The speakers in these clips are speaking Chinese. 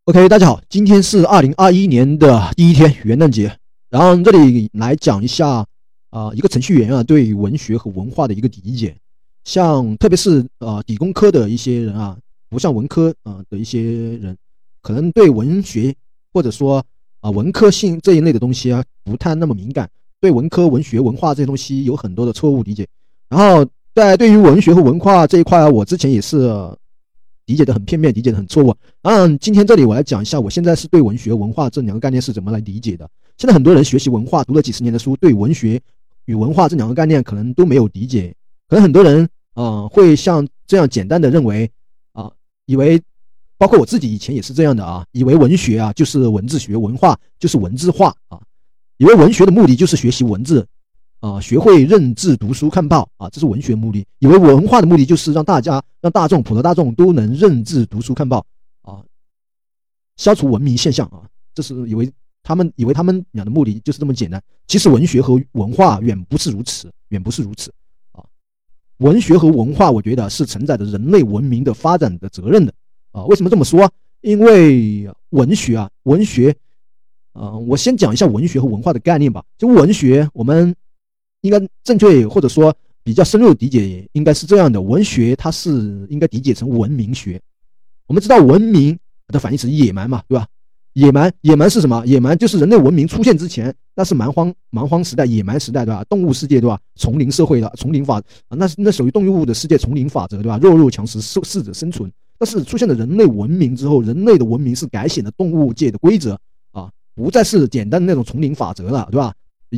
OK， 大家好，今天是2021年的第一天，元旦节。然后这里来讲一下一个程序员对文学和文化的一个理解。像特别是理工科的一些人不像文科的一些人，可能对文学或者说文科性这一类的东西不太那么敏感，对文科、文学、文化这些东西有很多的错误理解。然后对于文学和文化这一块我之前也是理解的很片面，理解的很错误。今天这里我来讲一下，我现在是对文学、文化这两个概念是怎么来理解的。现在很多人学习文化，读了几十年的书，对文学与文化这两个概念可能都没有理解。可能很多人会像这样简单的认为以为，包括我自己以前也是这样的以为文学就是文字学，文化就是文字化以为文学的目的就是学习文字学会认字、读书、看报这是文学目的。以为文化的目的就是让大众、普罗大众都能认字、读书、看报消除文明现象这是以为他们俩的目的就是这么简单。其实文学和文化远不是如此文学和文化我觉得是承载着人类文明的发展的责任的为什么这么说？因为文学我先讲一下文学和文化的概念吧。就文学我们应该正确或者说比较深入的理解应该是这样的，文学它是应该理解成文明学。我们知道文明的反义词野蛮嘛，对吧？野蛮是什么？野蛮就是人类文明出现之前，那是蛮荒时代、野蛮时代，对吧？动物世界，对吧？丛林社会的丛林法那属于动物的世界，丛林法则，对吧？弱肉强食，适者生存。但是出现了人类文明之后，人类的文明是改写了动物界的规则不再是简单的那种丛林法则了，对吧？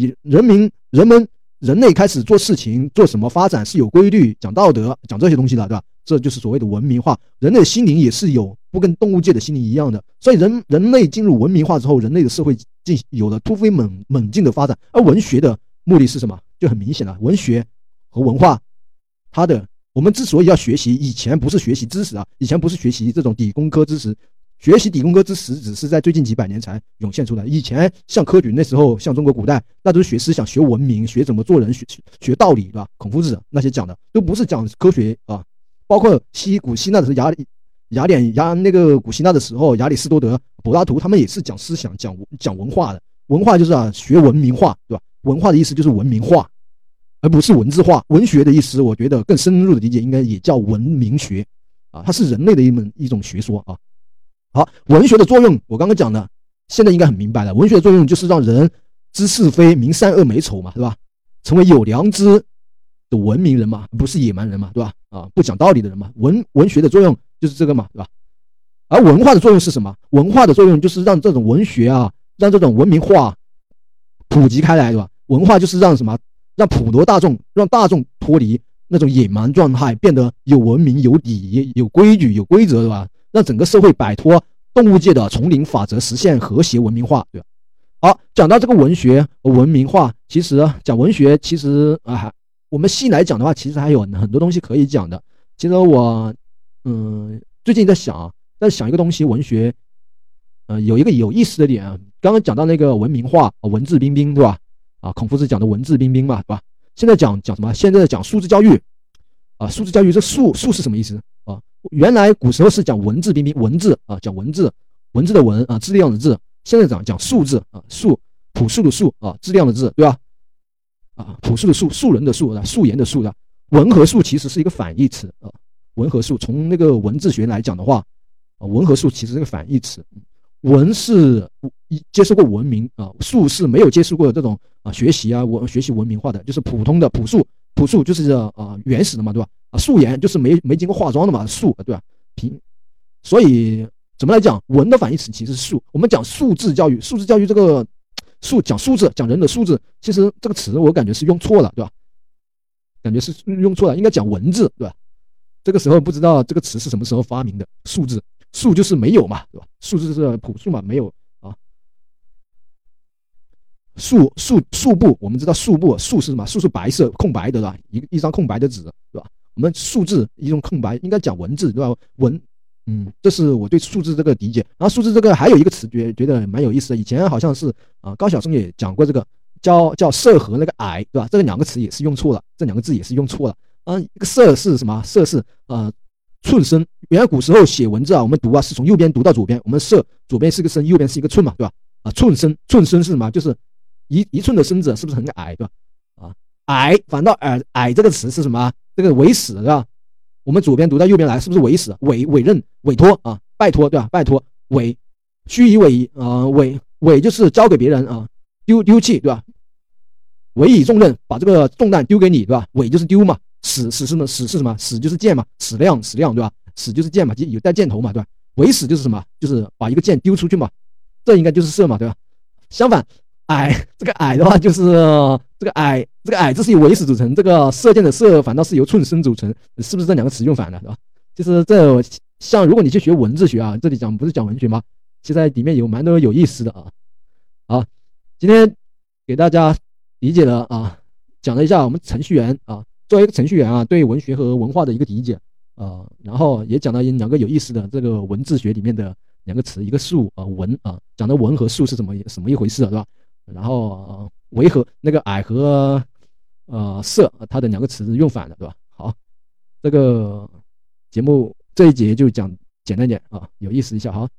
人类开始做事情，做什么发展是有规律，讲道德，讲这些东西的，对吧？这就是所谓的文明化。人类的心灵也是不跟动物界的心灵一样的，所以人类进入文明化之后，人类的社会有了突飞猛进的发展。而文学的目的是什么？就很明显了，文学和文化，我们之所以要学习，以前不是学习知识以前不是学习这种理工科知识。学习理工科知识只是在最近几百年才涌现出来。以前像科举那时候，像中国古代，那都是学思想、学文明、学怎么做人、学道理，对吧？孔夫子那些讲的都不是讲科学包括古希腊的时候，古希腊的时候，亚里士多德、柏拉图他们也是讲思想、讲文化的。文化就是学文明化，对吧？文化的意思就是文明化，而不是文字化。文学的意思，我觉得更深入的理解应该也叫文明学它是人类的一种学说好，文学的作用我刚刚讲的，现在应该很明白了。文学的作用就是让人知是非、明善恶美丑嘛，对吧？成为有良知的文明人嘛，不是野蛮人嘛，对吧？不讲道理的人嘛。文学的作用就是这个嘛，对吧？而文化的作用是什么？文化的作用就是让这种文学让这种文明化普及开来，对吧？文化就是让什么？让普罗大众，让大众脱离那种野蛮状态，变得有文明、有礼、有规矩、有规则，对吧？让整个社会摆脱动物界的丛林法则，实现和谐文明化，对吧？好，讲到这个文学和文明化，其实讲文学，其实我们细来讲的话，其实还有很多东西可以讲的。其实我最近在想一个东西，文学有一个有意思的点刚刚讲到那个文明化，文质彬彬，对吧？孔夫子讲的文质彬彬嘛，对吧？现在讲什么？现在讲素质教育素质教育，这素是什么意思原来古时候是讲文质彬彬，文字讲文字的文质量的质。现在讲素质朴素的素质量的质，对吧？朴素的素，素人的素素颜的素的。文和素其实是一个反义词文和素从那个文字学来讲的话文和素其实是个反义词。文是接受过文明素是没有接受过这种学习学习文明化的，就是普通的朴素就是原始的嘛，对吧？素颜就是没经过化妆的嘛，素，对吧？所以怎么来讲，文的反义词其实是素。我们讲素质教育这个讲素质，讲人的素质，其实这个词我感觉是用错了，对吧？感觉是用错了，应该讲文字，对吧？这个时候不知道这个词是什么时候发明的。素就是没有嘛，对吧？素质是朴素嘛，没有素布，我们知道素是什么？素是白色空白的，对吧？一张空白的纸，对吧？我们素质一种空白，应该讲文字，对吧？这是我对数字这个理解。然后数字这个还有一个词觉得蛮有意思的，以前好像是高晓松也讲过这个叫色和那个矮，对吧？这个两个词也是用错了，这两个字也是用错了一个色是什么？色是寸声。原来古时候写文字啊，我们读啊是从右边读到左边，我们设左边是一个身，右边是一个寸嘛，对吧？寸声，寸声是什么？就是一寸的身子，是不是很矮，对吧？矮，反倒矮这个词是什么？这个委使，对吧？我们左边读到右边来，是不是委使？委任、委托啊，拜托，对吧？拜托，委，虚以委委就是交给别人啊，丢弃，对吧？委以重任，把这个重担丢给你，对吧？委就是丢嘛，使是什么？使是什么？使就是剑嘛，矢量，对吧？使就是剑嘛，有带箭头嘛，对吧？委使就是什么？就是把一个箭丢出去嘛，这应该就是射嘛，对吧？相反，这个矮的话就是这个矮这是由委使组成，这个射箭的射反倒是由寸声组成，是不是这两个词用反了，对吧？就是这像如果你去学文字学啊，这里不是讲文学吗？其实在里面有蛮多有意思的啊。好，今天给大家理解了啊，讲了一下我们程序员啊，作为一个程序员啊，对文学和文化的一个理解然后也讲到两个有意思的这个文字学里面的两个词，一个术文讲的文和术是什么一回事，对吧？然后为和那个矮和色它的两个词用反了，对吧？好，这个节目这一节就讲简单点啊，有意思一下，好。